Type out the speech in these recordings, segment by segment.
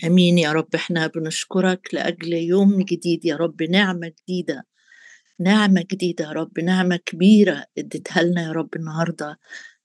امين يا رب. احنا بنشكرك لاجل يوم جديد يا رب، نعمه جديده، نعمه جديده يا رب، نعمه كبيره اديتها لنا يا رب النهارده.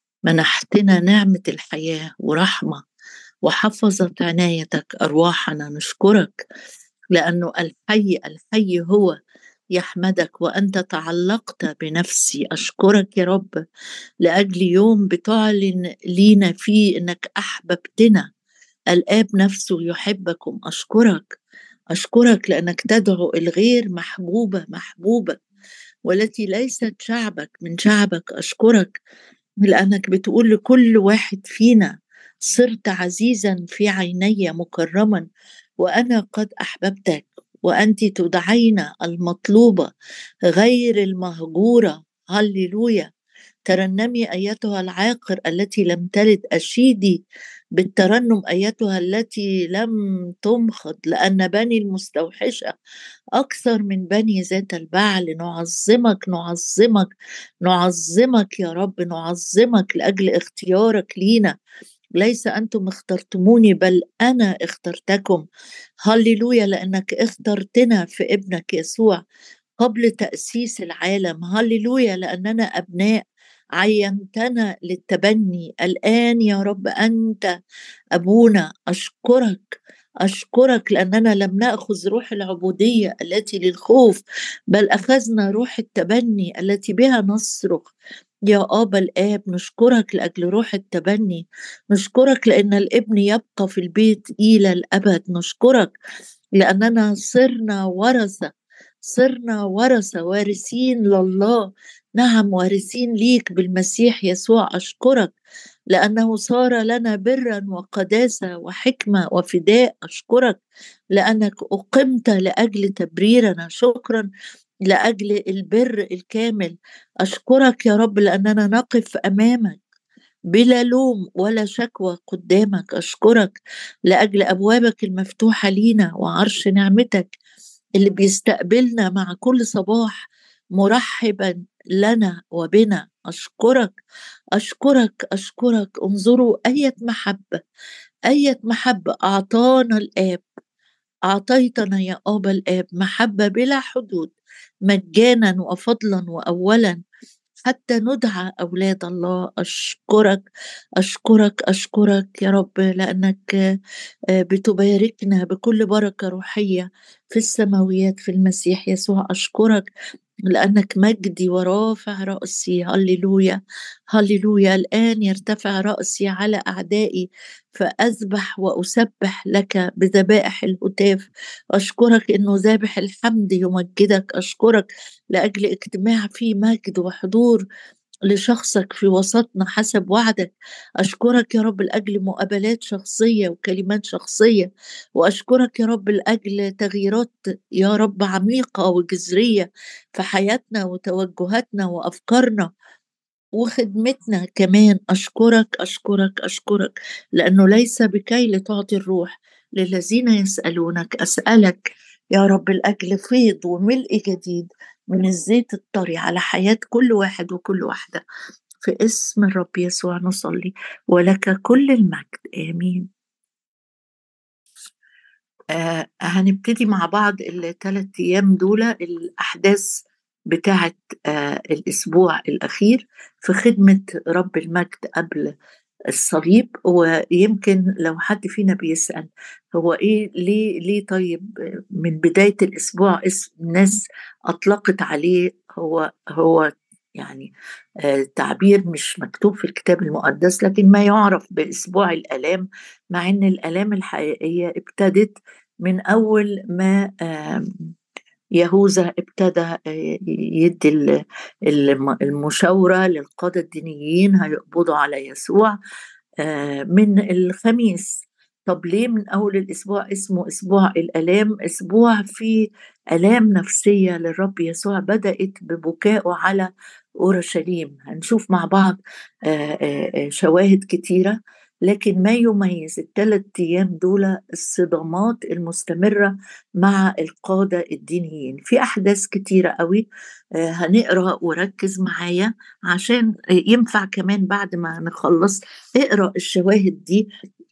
منحتنا نعمه الحياه ورحمه، وحفظت عنايتك ارواحنا. نشكرك لانه الحي الحي هو يحمدك، وانت تعلقت بنفسي. اشكرك يا رب لاجل يوم بتعلن لينا فيه انك احببتنا. الآب نفسه يحبكم. أشكرك، أشكرك لأنك تدعو الغير محبوبة محبوبة، والتي ليست شعبك من شعبك. أشكرك لأنك بتقول لكل واحد فينا: صرت عزيزا في عيني مكرما، وأنا قد أحببتك. وأنت تدعين المطلوبة غير المهجورة. هللويا. ترنمي أيتها العاقر التي لم تلد، أشيدي بالترنم أيتها التي لم تمخض، لأن بني المستوحشة أكثر من بني ذات البعل. نعظمك نعظمك نعظمك يا رب، نعظمك لأجل اختيارك لينا. ليس أنتم اخترتموني بل أنا اخترتكم. هللويا، لأنك اخترتنا في ابنك يسوع قبل تأسيس العالم. هللويا، لأننا أبناء، عينتنا للتبني. الآن يا رب أنت أبونا. أشكرك، أشكرك لأننا لم نأخذ روح العبودية التي للخوف، بل أخذنا روح التبني التي بها نصرخ يا آبا الآب. نشكرك لأجل روح التبني، نشكرك لأن الابن يبقى في البيت إلى الأبد. نشكرك لأننا صرنا ورثة، صرنا ورثة وارثين لله. نعم، وارثين ليك بالمسيح يسوع. أشكرك لأنه صار لنا برا وقداسة وحكمة وفداء. أشكرك لأنك أقمت لأجل تبريرنا. شكرا لأجل البر الكامل. أشكرك يا رب لأننا نقف أمامك بلا لوم ولا شكوى قدامك. أشكرك لأجل أبوابك المفتوحة لينا وعرش نعمتك اللي بيستقبلنا مع كل صباح مرحبا لنا وبنا. أشكرك، أشكرك، أشكرك. انظروا أية محبة، أية محبة أعطانا الآب. أعطيتنا يا أبا الآب محبة بلا حدود، مجانا وفضلا وأولا، حتى ندعى أولاد الله. أشكرك، أشكرك، أشكرك يا رب لأنك بتباركنا بكل بركة روحية في السماويات في المسيح يسوع. أشكرك لأنك مجدي ورافع رأسي. هللويا، هللويا. الآن يرتفع رأسي على أعدائي، فأذبح وأسبح لك بذبائح الهتاف. أشكرك إنه ذابح الحمد يمجدك. أشكرك لأجل اجتماع فيه مجد وحضور لشخصك في وسطنا حسب وعدك. أشكرك يا رب لأجل مقابلات شخصية وكلمات شخصية، وأشكرك يا رب لأجل تغييرات يا رب عميقة وجذرية في حياتنا وتوجهاتنا وأفكارنا وخدمتنا كمان. أشكرك، أشكرك، أشكرك لأنه ليس بكي لتعطي الروح للذين يسألونك. أسألك يا رب لأجل فيض وملء جديد من الزيت الطري على حياة كل واحد وكل واحدة، في اسم الرب يسوع نصلي، ولك كل المجد. آمين. هنبتدي مع بعض الثلاث أيام دول الأحداث بتاعة الأسبوع الأخير في خدمة رب المجد قبل الصليب. ويمكن لو حد فينا بيسأل هو إيه، ليه طيب من بداية الأسبوع اسم الناس أطلقت عليه هو يعني تعبير مش مكتوب في الكتاب المقدس، لكن ما يعرف بأسبوع الآلام، مع أن الآلام الحقيقية ابتدت من أول ما يهوذا ابتدى يدي المشاورة للقادة الدينيين هيقبضوا على يسوع من الخميس. طب ليه من أول الأسبوع اسمه أسبوع الآلام؟ أسبوع فيه آلام نفسية للرب يسوع بدأت ببكائه على أورشليم. هنشوف مع بعض شواهد كتيرة، لكن ما يميز الثلاث أيام دول الصدامات المستمرة مع القادة الدينيين في أحداث كتيرة قوي. هنقرأ وركز معايا عشان ينفع كمان بعد ما نخلص اقرأ الشواهد دي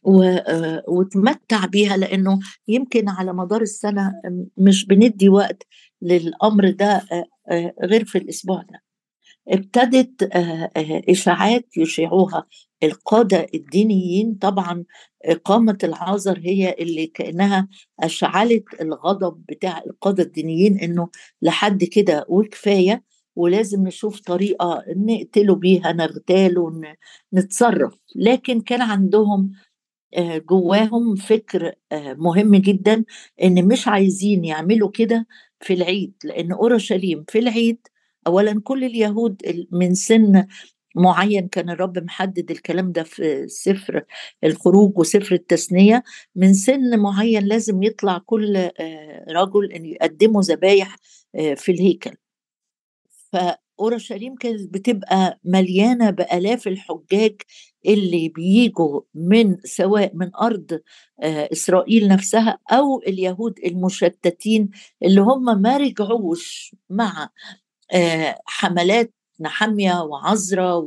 وتمتع بيها، لأنه يمكن على مدار السنة مش بندي وقت للأمر ده غير في الأسبوع ده. ابتدت إشاعات يشيعوها القادة الدينيين. طبعا إقامة العازر هي اللي كأنها أشعلت الغضب بتاع القادة الدينيين، إنه لحد كده وكفاية، ولازم نشوف طريقة نقتله بيها، نغتاله، نتصرف. لكن كان عندهم جواهم فكر مهم جدا، ان مش عايزين يعملوا كده في العيد، لان اورشليم في العيد اولا كل اليهود من سن معين، كان الرب محدد الكلام ده في سفر الخروج وسفر التثنية، من سن معين لازم يطلع كل رجل ان يقدموا ذبايح في الهيكل. فأورشليم كانت بتبقى مليانة بآلاف الحجاج اللي بيجوا من سواء من أرض إسرائيل نفسها أو اليهود المشتتين اللي هم ما رجعوش مع حملات نحمية وعزرا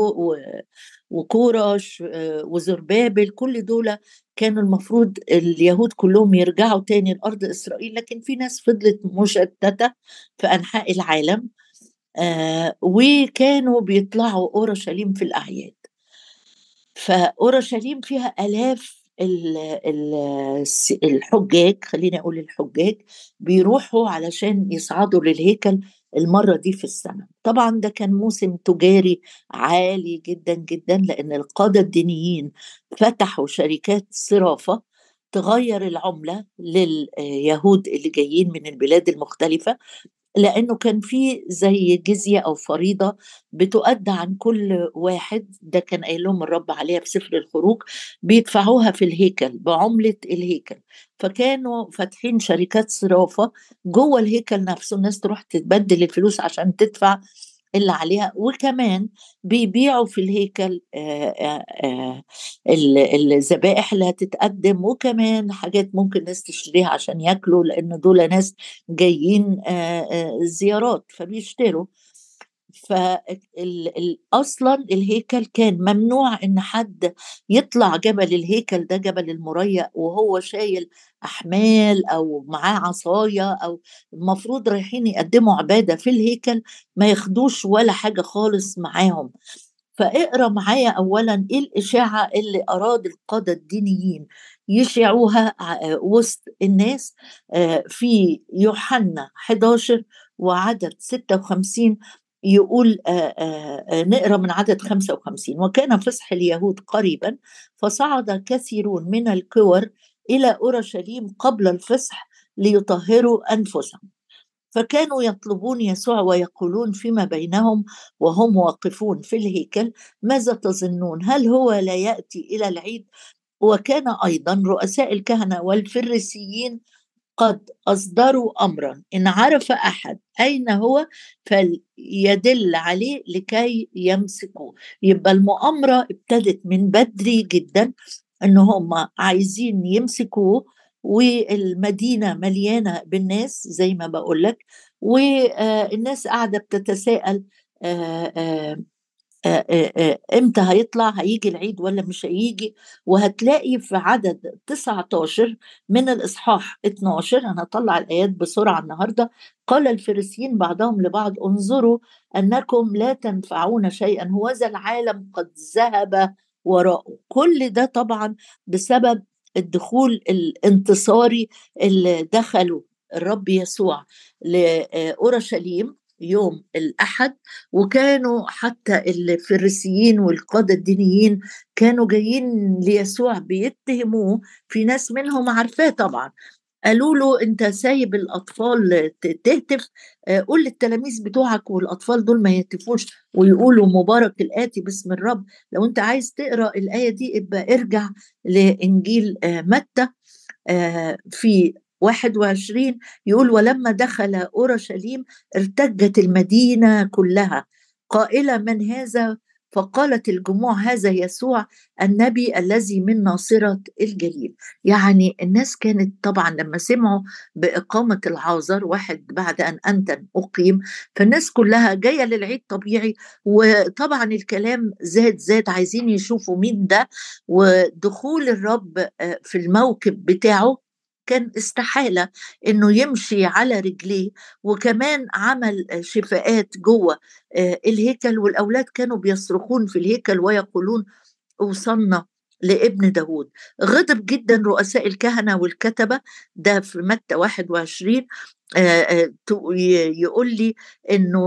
وكورش وزربابل. كل دول كانوا المفروض اليهود كلهم يرجعوا تاني لأرض إسرائيل، لكن في ناس فضلت مشتتة في أنحاء العالم، وكانوا بيطلعوا أورشليم في الأعياد. فأورشليم فيها آلاف الحجاج، خليني أقول الحجاج، بيروحوا علشان يصعدوا للهيكل المرة دي في السنة. طبعا ده كان موسم تجاري عالي جدا جدا، لأن القادة الدينيين فتحوا شركات صرافة تغير العملة لليهود اللي جايين من البلاد المختلفة، لأنه كان في زي جزية أو فريضة بتؤدى عن كل واحد، ده كان قايل لهم الرب عليها في سفر الخروج، بيدفعوها في الهيكل بعملة الهيكل. فكانوا فاتحين شركات صرافة جوه الهيكل نفسه، الناس تروح تتبدل الفلوس عشان تدفع اللي عليها، وكمان بيبيعوا في الهيكل الذبائح اللي هتتقدم، وكمان حاجات ممكن ناس تشتريها عشان ياكلوا، لأن دول ناس جايين زيارات فبيشتروا. فاصلا الهيكل كان ممنوع ان حد يطلع جبل الهيكل ده، جبل المريا، وهو شايل احمال او معاه عصايه، او المفروض رايحين يقدموا عباده في الهيكل، ما ياخدوش ولا حاجه خالص معاهم. فاقرا معايا اولا ايه الاشاعه اللي اراد القاده الدينيين يشيعوها وسط الناس في يوحنا 11 وعدد 56. يقول نقرا من عدد 55: وكان فصح اليهود قريبا، فصعد كثيرون من الكور الى اورشليم قبل الفصح ليطهروا انفسهم، فكانوا يطلبون يسوع ويقولون فيما بينهم وهم واقفون في الهيكل: ماذا تظنون؟ هل هو لا يأتي إلى العيد؟ وكان أيضا رؤساء الكهنة والفريسيين قد أصدروا أمرا: إن عرف أحد أين هو فليدل عليه لكي يمسكوه. يبقى المؤامرة ابتدت من بدري جدا، إن هم عايزين يمسكوه، والمدينة مليانة بالناس زي ما بقولك، والناس قاعدة بتتساءل امتى هيطلع، هيجي العيد ولا مش هيجي. وهتلاقي في عدد 19 من الإصحاح 12، أنا هطلع الآيات بسرعة النهاردة: قال الفريسيين بعضهم لبعض: انظروا أنكم لا تنفعون شيئا، هوذا العالم قد ذهب وراءه. كل ده طبعا بسبب الدخول الانتصاري اللي دخلوا الرب يسوع لأورشليم يوم الأحد. وكانوا حتى الفريسيين والقادة الدينيين كانوا جايين ليسوع بيتهموه، في ناس منهم عارفاه طبعا، قالوا له: انت سايب الاطفال تهتف، قول للتلاميذ بتوعك والاطفال دول ما يهتفوش ويقولوا مبارك الاتي باسم الرب. لو انت عايز تقرا الايه دي ابقى ارجع لانجيل متى في 21، يقول: ولما دخل أورشليم ارتجت المدينة كلها قائلة: من هذا؟ فقالت الجموع: هذا يسوع النبي الذي من ناصرة الجليل. يعني الناس كانت طبعا لما سمعوا بإقامة العازر، واحد بعد أن أنتن أقيم، فالناس كلها جاية للعيد طبيعي، وطبعا الكلام زاد عايزين يشوفوا مين ده. ودخول الرب في الموكب بتاعه كان استحالة انه يمشي على رجليه، وكمان عمل شفاءات جوه الهيكل، والاولاد كانوا بيصرخون في الهيكل ويقولون: اوصلنا لابن داود. غضب جدا رؤساء الكهنة والكتبة، ده في متى 21. يقول لي انه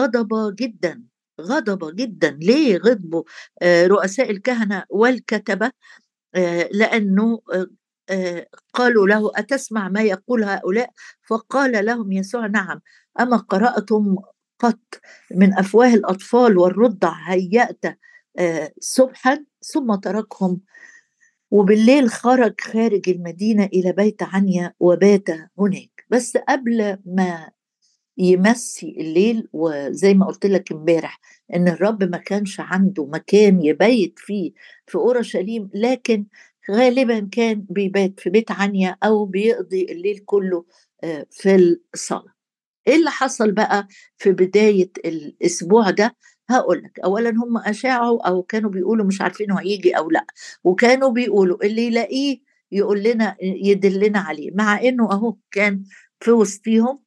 غضب جدا. ليه غضبوا رؤساء الكهنة والكتبة؟ لأنه قالوا له: أتسمع ما يقول هؤلاء؟ فقال لهم يسوع: نعم. أما قرأتم قط من أفواه الأطفال والرضع هيأت سبحا؟ ثم تركهم، وبالليل خارج المدينة إلى بيت عنيا وبات هناك. بس قبل ما يمسي الليل، وزي ما قلت لك امبارح ان الرب ما كانش عنده مكان يبيت فيه في اورشليم، لكن غالبا كان بيبات في بيت عنيا او بيقضي الليل كله في الصلاة. ايه اللي حصل بقى في بداية الاسبوع ده؟ هقول لك. اولا هم اشاعوا او كانوا بيقولوا مش عارفين هو هيجي او لا، وكانوا بيقولوا اللي يلاقيه يقول لنا يدلنا عليه، مع انه اهو كان في وسطهم.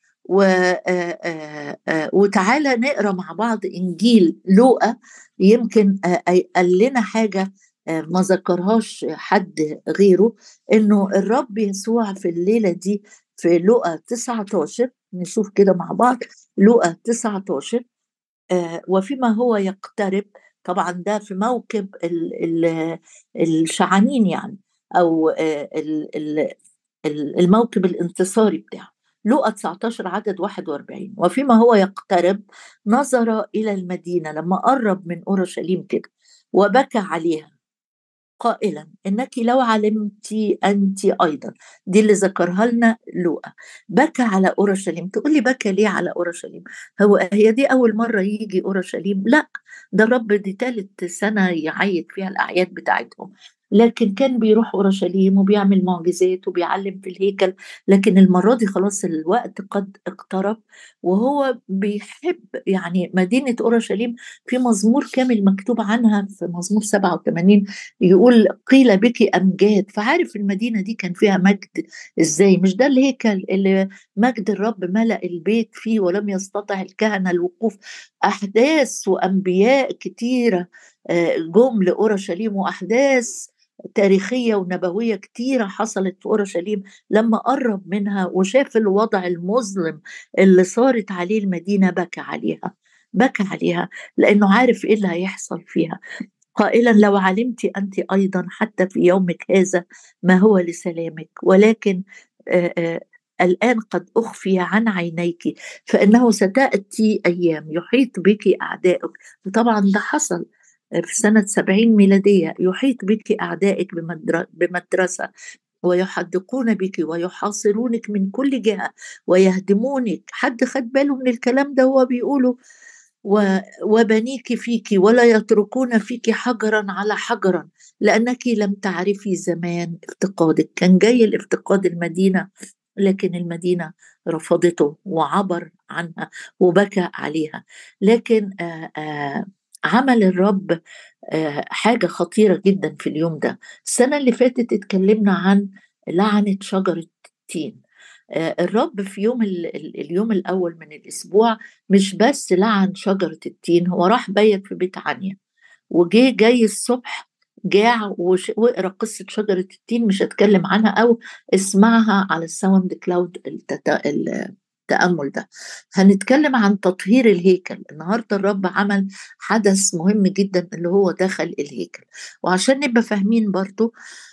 وتعالى نقرا مع بعض انجيل لوقا، يمكن قال لنا حاجه ما ذكرهاش حد غيره، انه الرب يسوع في الليله دي في لوقا 19. نشوف كده مع بعض لوقا 19. وفيما هو يقترب، طبعا ده في موكب الشعانين يعني، او الموكب الانتصاري بتاعه. لوقا 19 عدد 41: وفيما هو يقترب نظر إلى المدينة لما قرب من أورشليم كده، وبكى عليها قائلا: إنك لو علمت أنت أيضا. دي اللي ذكرها لنا لوقا. بكى على أورشليم. تقول لي بكى ليه على أورشليم؟ هي دي أول مرة يجي أورشليم؟ لا، ده الرب دي تالت سنة يعيد فيها الأعياد بتاعتهم، لكن كان بيروح أورشليم وبيعمل معجزات وبيعلم في الهيكل. لكن المرة دي خلاص الوقت قد اقترب، وهو بيحب يعني مدينة أورشليم. في مزمور كامل مكتوب عنها في مزمور 87 يقول: قيل بك أمجاد. فعارف المدينة دي كان فيها مجد إزاي؟ مش ده الهيكل اللي مجد الرب ملأ البيت فيه ولم يستطع الكهنة الوقوف؟ أحداث وأنبياء كتيرة جم لأورشليم، وأحداث تاريخية ونبوية كتيرة حصلت في أورشليم. لما قرب منها وشاف الوضع المظلم اللي صارت عليه المدينة بكى عليها لأنه عارف إيه اللي هيحصل فيها، قائلا: لو علمت أنت أيضا حتى في يومك هذا ما هو لسلامك، ولكن الآن قد أخفي عن عينيك، فإنه ستأتي أيام يحيط بك أعدائك. طبعا ده حصل في سنة 70 ميلادية. يحيط بك أعدائك بمدرسة، ويحدقون بك ويحاصرونك من كل جهة ويهدمونك. حد خد باله من الكلام ده هو بيقوله؟ وبنيك فيك ولا يتركون فيك حجرا على حجرا، لأنك لم تعرفي زمان افتقادك. كان جاي الافتقاد المدينة، لكن المدينة رفضته وعبر عنها وبكى عليها. لكن عمل الرب حاجة خطيرة جدا في اليوم ده. السنة اللي فاتت اتكلمنا عن لعنة شجرة التين. الرب في اليوم الأول من الأسبوع مش بس لعن شجرة التين، هو راح بيت في بيت عنيا، جاي الصبح جاع واقرا قصة شجرة التين. مش هتكلم عنها أو اسمعها على الساوند كلاود التأمل ده. هنتكلم عن تطهير الهيكل. النهاردة الرب عمل حدث مهم جدا اللي هو دخل الهيكل. وعشان نبقى فاهمين برضو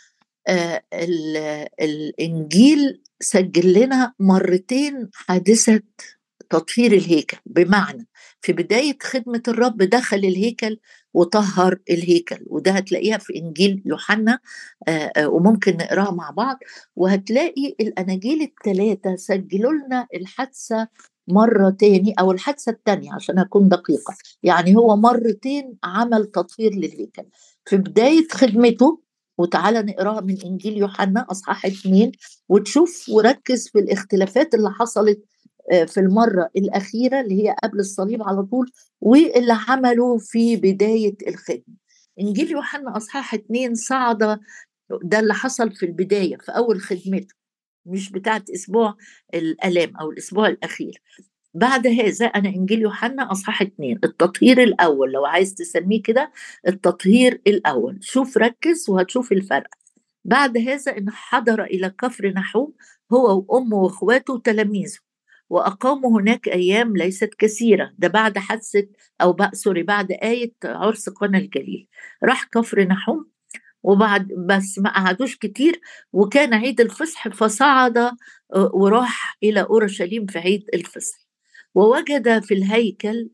الإنجيل سجل لنا مرتين حادثة تطهير الهيكل، بمعنى في بداية خدمة الرب دخل الهيكل وطهر الهيكل، وده هتلاقيها في إنجيل يوحنا وممكن نقراها مع بعض. وهتلاقي الأناجيل الثلاثة سجلوا لنا الحادثة مرة تاني، أو الحادثة التانية عشان أكون دقيقة، يعني هو مرتين عمل تطهير للهيكل. في بداية خدمته، وتعالى نقراها من إنجيل يوحنا أصحاح 2 وتشوف وركز في الاختلافات اللي حصلت في المرة الأخيرة اللي هي قبل الصليب على طول، واللي عمله في بداية الخدمة. إنجيل يوحنا أصحاح 2 صعد، ده اللي حصل في البداية في أول خدمته، مش بتاعت أسبوع الآلام أو الأسبوع الأخير. بعد هذا أنا إنجيل يوحنا أصحاح 2 التطهير الأول، لو عايز تسميه كده التطهير الأول، شوف ركز وهتشوف الفرق. بعد هذا إن حضر إلى كفر نحوم هو وأمه وإخواته وتلاميذه، وأقاموا هناك أيام ليست كثيرة. ده بعد حادثة، أو بقى سوري، بعد آية عرس قنا الجليل. راح كفر نحوم، وبعد بس ما قعدوش كتير، وكان عيد الفصح فصعد وراح إلى أورشليم في عيد الفصح. ووجد في الهيكل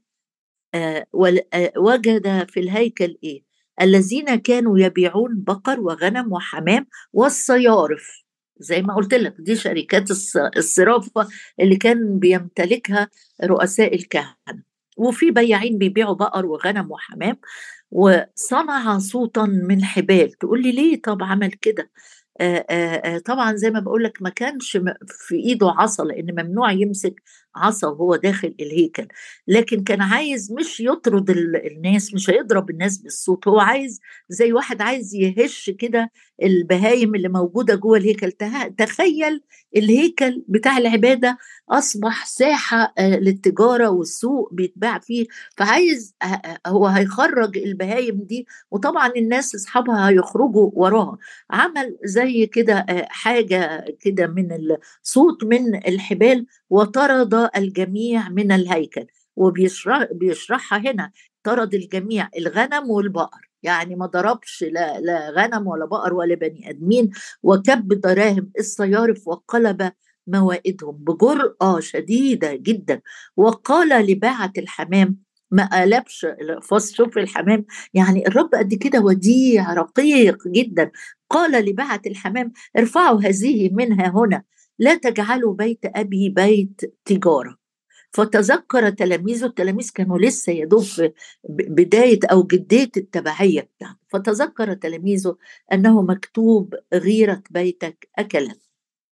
وجد في الهيكل إيه؟ الذين كانوا يبيعون بقر وغنم وحمام والصيارف. زي ما قلت لك دي شركات الصرافة اللي كان بيمتلكها رؤساء الكهنة. وفي بياعين بيبيعوا بقر وغنم وحمام. وصنع صوتا من حبال. تقول لي ليه؟ طب عمل كده طبعا زي ما بقول لك ما كانش في ايده عصا، لان ممنوع يمسك عصا وهو داخل الهيكل. لكن كان عايز مش يطرد الناس، مش هيضرب الناس بالصوت، هو عايز زي واحد عايز يهش كده البهايم اللي موجودة جوه الهيكل. تخيل الهيكل بتاع العبادة أصبح ساحة للتجارة والسوق بيتباع فيه، فعايز هو هيخرج البهايم دي، وطبعا الناس أصحابها هيخرجوا وراها. عمل زي كده حاجة كده من الصوت من الحبال، وطرد الجميع من الهيكل. وبيشرحها هنا، طرد الجميع الغنم والبقر، يعني ما ضربش لا غنم ولا بقر ولا بني ادمين. وكب دراهم الصيارف وقلب موائدهم بجرأة شديدة جدا. وقال لباعة الحمام، ما قلبش الفص، شوف الحمام، يعني الرب قد كده وديع رقيق جدا. قال لباعة الحمام، ارفعوا هذه منها هنا، لا تجعلوا بيت أبي بيت تجارة. فتذكر تلاميذه، التلاميذ كانوا لسه يدوب في بداية أو جدية التبعية بتاعته، فتذكر تلاميذه أنه مكتوب غيرة بيتك أكلت.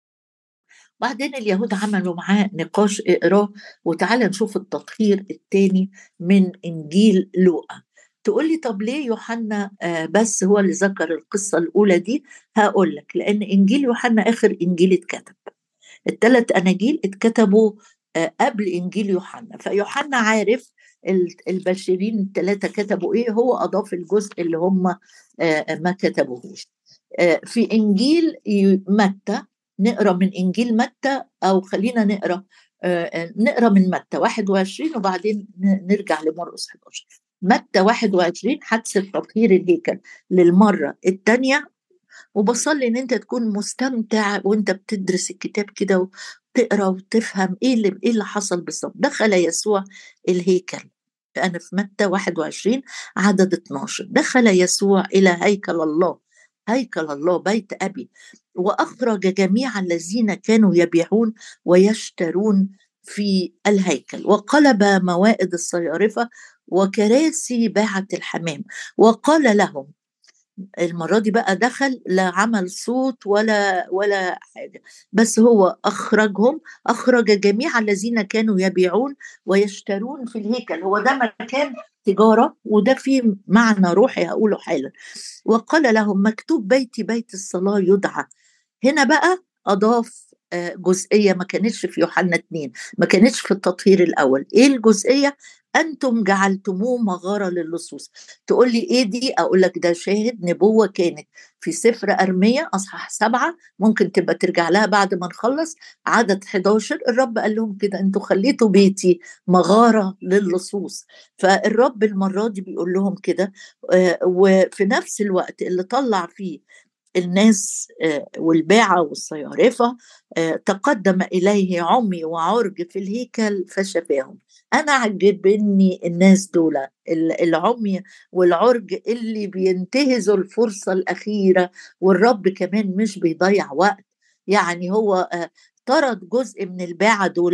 بعدين اليهود عملوا معاه نقاش، اقراه وتعالى نشوف التطهير الثاني من إنجيل لوقا. تقول لي طب ليه يوحنا بس هو اللي ذكر القصة الأولى دي؟ هقول لك، لأن إنجيل يوحنا آخر إنجيل اتكتب. الثلاث أناجيل اتكتبوا قبل إنجيل يوحنا، فيوحنا عارف البشرين الثلاثة كتبوا إيه، هو أضاف الجزء اللي هم ما كتبوهوش. في إنجيل متى، نقرأ من إنجيل متى، أو خلينا نقرأ من متى 21 وبعدين نرجع لمرقس 11. متى 21 حادثة تطهير الهيكل للمرة الثانية. وبصلي ان انت تكون مستمتع وانت بتدرس الكتاب كده، وتقرا وتفهم ايه اللي حصل بالظبط. دخل يسوع الهيكل، انا في متى 21 عدد 12. دخل يسوع الى هيكل الله، هيكل الله بيت ابي، واخرج جميع الذين كانوا يبيعون ويشترون في الهيكل، وقلب موائد الصيارفه وكراسي باعة الحمام، وقال لهم. المرة دي بقى دخل، لا عمل صوت ولا حاجة، بس هو أخرجهم، أخرج جميع الذين كانوا يبيعون ويشترون في الهيكل. هو ده مكان تجارة، وده فيه معنى روحي هقوله حالا. وقال لهم مكتوب بيتي بيت الصلاة يدعى. هنا بقى أضاف جزئية ما كانتش في يوحنا 2، ما كانتش في التطهير الأول. إيه الجزئية؟ أنتم جعلتموه مغارة للصوص. تقول لي إيه دي؟ أقول لك ده شاهد نبوة كانت في سفر أرميا أصحاح 7، ممكن تبقى ترجع لها بعد ما نخلص عدد 11. الرب قال لهم كده، أنتوا خليتوا بيتي مغارة للصوص. فالرب المرة دي بيقول لهم كده. وفي نفس الوقت اللي طلع فيه الناس والباعة والصيارفة، تقدم إليه عمي وعرج في الهيكل فشفاهم. أنا عجبني الناس دول، العمي والعرج اللي بينتهزوا الفرصة الأخيرة، والرب كمان مش بيضيع وقت. يعني هو طرد جزء من الباعة دول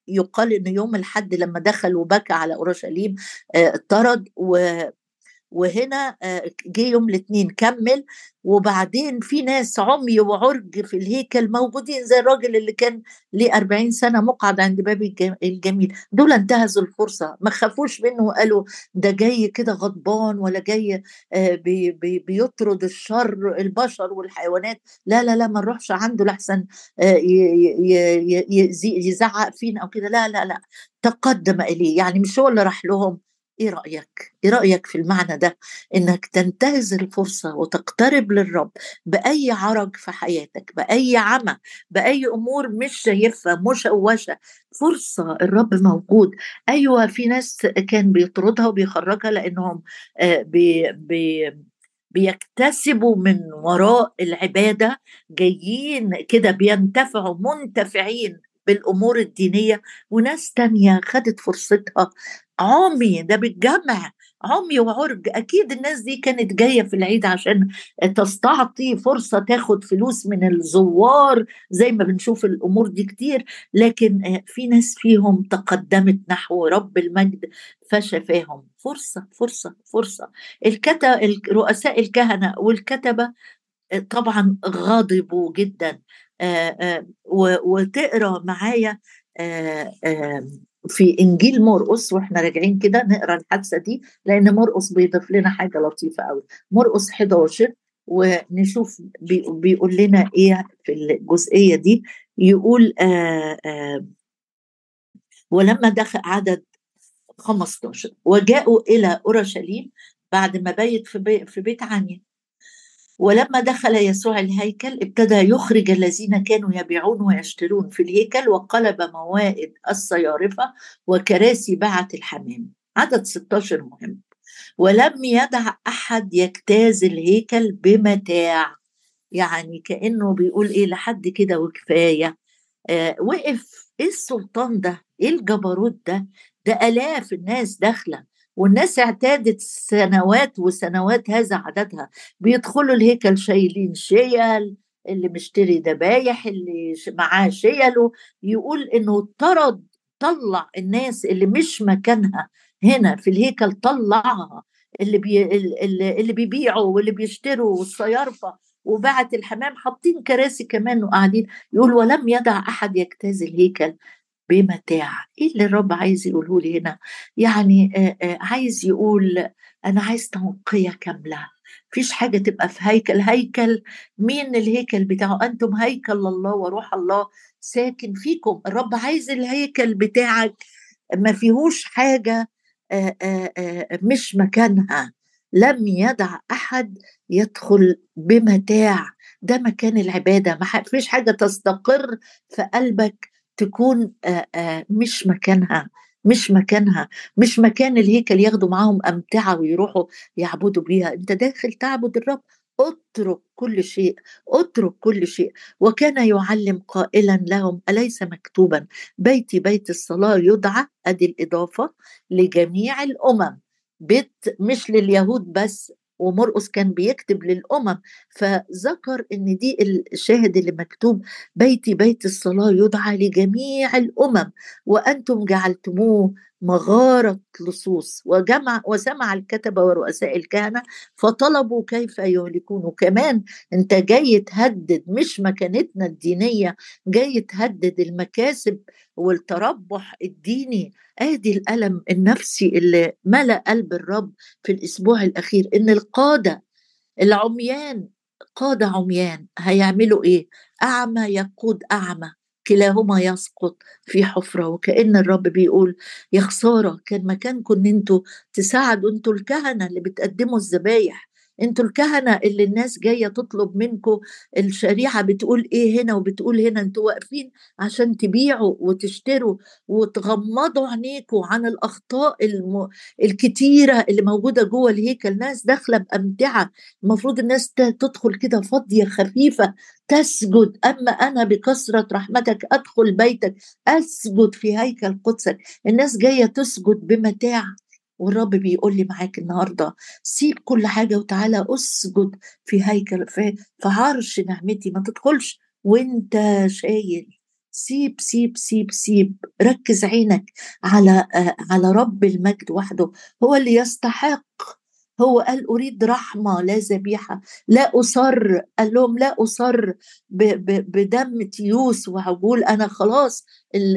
يقال إن يوم الحد لما دخل وبكى على أورشليم اطرد، وهنا جه يوم الاثنين كمل. وبعدين في ناس عمي وعرج في الهيكل موجودين، زي الراجل اللي كان ليه 40 سنة مقعد عند باب الجميل. دول انتهزوا الفرصة، ما خافوش منه وقالوا ده جاي كده غضبان، ولا جاي بيطرد الشر البشر والحيوانات. لا لا لا، ما نروحش عنده لحسن يزعق فينا او كده. لا لا لا، تقدم إليه. يعني مش هو اللي راح لهم. ايه رأيك؟ ايه رأيك في المعنى ده؟ انك تنتهز الفرصة وتقترب للرب بأي عرج في حياتك، بأي عمى، بأي امور مش شايفها مشوشة. فرصة، الرب موجود. ايوه، في ناس كان بيطردها وبيخرجها لانهم بي بي بيكتسبوا من وراء العبادة، جايين كده بينتفعوا منتفعين بالأمور الدينية. وناس تانية خدت فرصتها، عمي ده بالجمع، عمي وعرج. أكيد الناس دي كانت جاية في العيد عشان تستعطي فرصة تاخد فلوس من الزوار، زي ما بنشوف الأمور دي كتير. لكن في ناس فيهم تقدمت نحو رب المجد فشفاهم. فرصة فرصة فرصة. رؤساء الكهنة والكتبة طبعا غاضبوا جدا. وتقرا معايا في انجيل مرقس، واحنا راجعين كده نقرا الحادثه دي، لان مرقس بيضيف لنا حاجه لطيفه قوي. مرقس 11 ونشوف بيقول لنا ايه في الجزئيه دي. يقول ولما دخل عدد 15 وجاءوا الى اورشليم بعد ما بيت في بيت عنيا. ولما دخل يسوع الهيكل ابتدى يخرج الذين كانوا يبيعون ويشترون في الهيكل، وقلب موائد الصيارفة وكراسي باعة الحمام. عدد 16 مهم. ولم يدع أحد يجتاز الهيكل بمتاع. يعني كأنه بيقول إيه، لحد كده وكفاية. وقف. ايه السلطان ده؟ ايه الجبروت ده؟ ده آلاف الناس داخلة، والناس اعتادت سنوات وسنوات، هذا عددها، بيدخلوا الهيكل شايلين شيل، اللي مشتري ذبايح، اللي معاه شيله. يقول انه طرد، طلع الناس اللي مش مكانها هنا في الهيكل، طلعها. اللي بيبيعوا واللي بيشتروا والصيارفة وباعت الحمام حاطين كراسي كمان وقاعدين. يقول ولم يدع أحد يجتاز الهيكل بمتاع. إيه اللي الرب عايز يقوله لي هنا؟ يعني عايز يقول أنا عايز تنقية كاملة. فيش حاجة تبقى في هيكل. مين الهيكل بتاعه؟ أنتم هيكل الله وروح الله ساكن فيكم. الرب عايز الهيكل بتاعك ما فيهوش حاجة مش مكانها. لم يدع أحد يدخل بمتاع. ده مكان العبادة. ما فيش حاجة تستقر في قلبك تكون مش مكانها. مش مكانها. مش مكان الهيكل ياخدوا معاهم أمتعة ويروحوا يعبدوا بيها. انت داخل تعبد الرب، اترك كل شيء. اترك كل شيء. وكان يعلم قائلا لهم أليس مكتوبا بيتي بيت الصلاة يدعى؟ أدي الإضافة لجميع الأمم، بيت مش لليهود بس. ومرقس كان بيكتب للأمم، فذكر ان دي الشاهد اللي مكتوب بيتي بيت الصلاة يدعى لجميع الأمم، وأنتم جعلتموه مغارة لصوص. وسمع الكتبة ورؤساء الكهنة فطلبوا كيف يهلكونه. كمان انت جاي تهدد مش مكانتنا الدينية، جاي تهدد المكاسب والتربح الديني. ادي الألم النفسي اللي ملأ قلب الرب في الأسبوع الأخير، إن القادة العميان، قادة عميان هيعملوا إيه؟ أعمى يقود أعمى، كلاهما يسقط في حفرة. وكأن الرب بيقول يا خسارة كان مكانكم إن انتوا تساعدوا. انتوا الكهنة اللي بتقدموا الذبايح، انتوا الكهنة اللي الناس جاية تطلب منكم الشريعة بتقول ايه هنا وبتقول هنا. انتوا واقفين عشان تبيعوا وتشتروا وتغمضوا عينيكم عن الأخطاء الكتيرة اللي موجودة جوه الهيكل. ناس داخلة بأمتعة، المفروض الناس تدخل كده فاضية خفيفة تسجد. أما أنا بكثرة رحمتك أدخل بيتك أسجد في هيكل قدسك. الناس جاية تسجد بمتاع، والرب بيقول لي معاك النهاردة سيب كل حاجة وتعالى أسجد في هيكل، في عرش نعمتي. ما تدخلش وانت شايل سيب سيب سيب سيب، ركز عينك على رب المجد وحده، هو اللي يستحق. هو قال أريد رحمة لا ذبيحة، لا أصر، قال لهم لا أصر بدم تيوس وعجول. أنا خلاص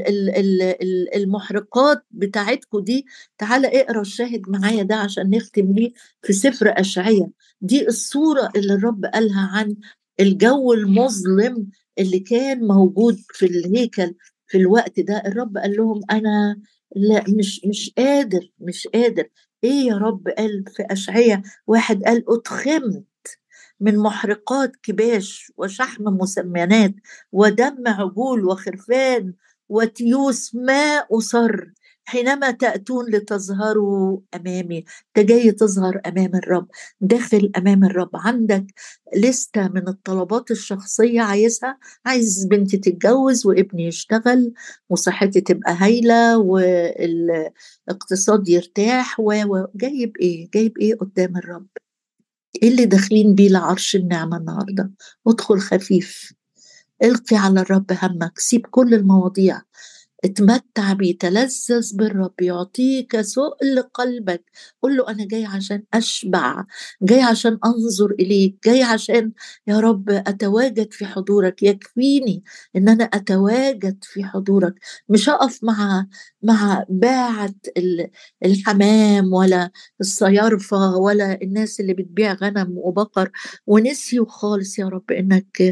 المحرقات بتاعتكم دي. تعال اقرأ الشاهد معايا ده عشان نختم ليه في سفر أشعياء. دي الصورة اللي الرب قالها عن الجو المظلم اللي كان موجود في الهيكل في الوقت ده. الرب قال لهم أنا لا، مش قادر. ايه يا رب؟ قال في أشعياء واحد، قال أتخمت من محرقات كباش وشحم مسمنات ودم عجول وخرفان وتيوس، ما أصر حينما تأتون لتظهروا أمامي. انت جاي تظهر أمام الرب، داخل أمام الرب، عندك لستة من الطلبات الشخصية عايزها. عايز بنتي تتجوز وابني يشتغل وصحتي تبقى هايلة والاقتصاد يرتاح جايب ايه؟ جايب ايه قدام الرب؟ ايه اللي داخلين بيه لعرش النعمة النهاردة؟ ادخل خفيف، القي على الرب همك، سيب كل المواضيع، اتمتع بيه، تلذذ بالرب، يعطيك سؤل قلبك. قل له أنا جاي عشان أشبع، جاي عشان أنظر إليك، جاي عشان يا رب أتواجد في حضورك. يكفيني إن أنا أتواجد في حضورك، مش هقف مع باعة الحمام ولا الصيارفة ولا الناس اللي بتبيع غنم وبقر ونسيوا خالص يا رب إنك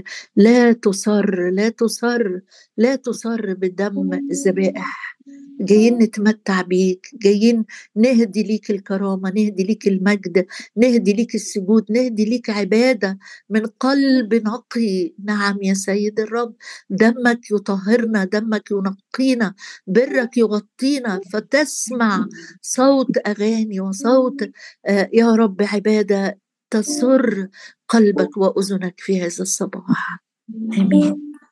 لا تصر بدم الذبائح. جايين نتمتع بيك، جايين نهدي ليك الكرامة، نهدي ليك المجد، نهدي ليك السجود، نهدي ليك عبادة من قلب نقي. نعم يا سيد الرب، دمك يطهرنا، دمك ينقينا، برك يغطينا، فتسمع صوت أغاني وصوت يا رب عبادة تسر قلبك وأذنك في هذا الصباح. آمين.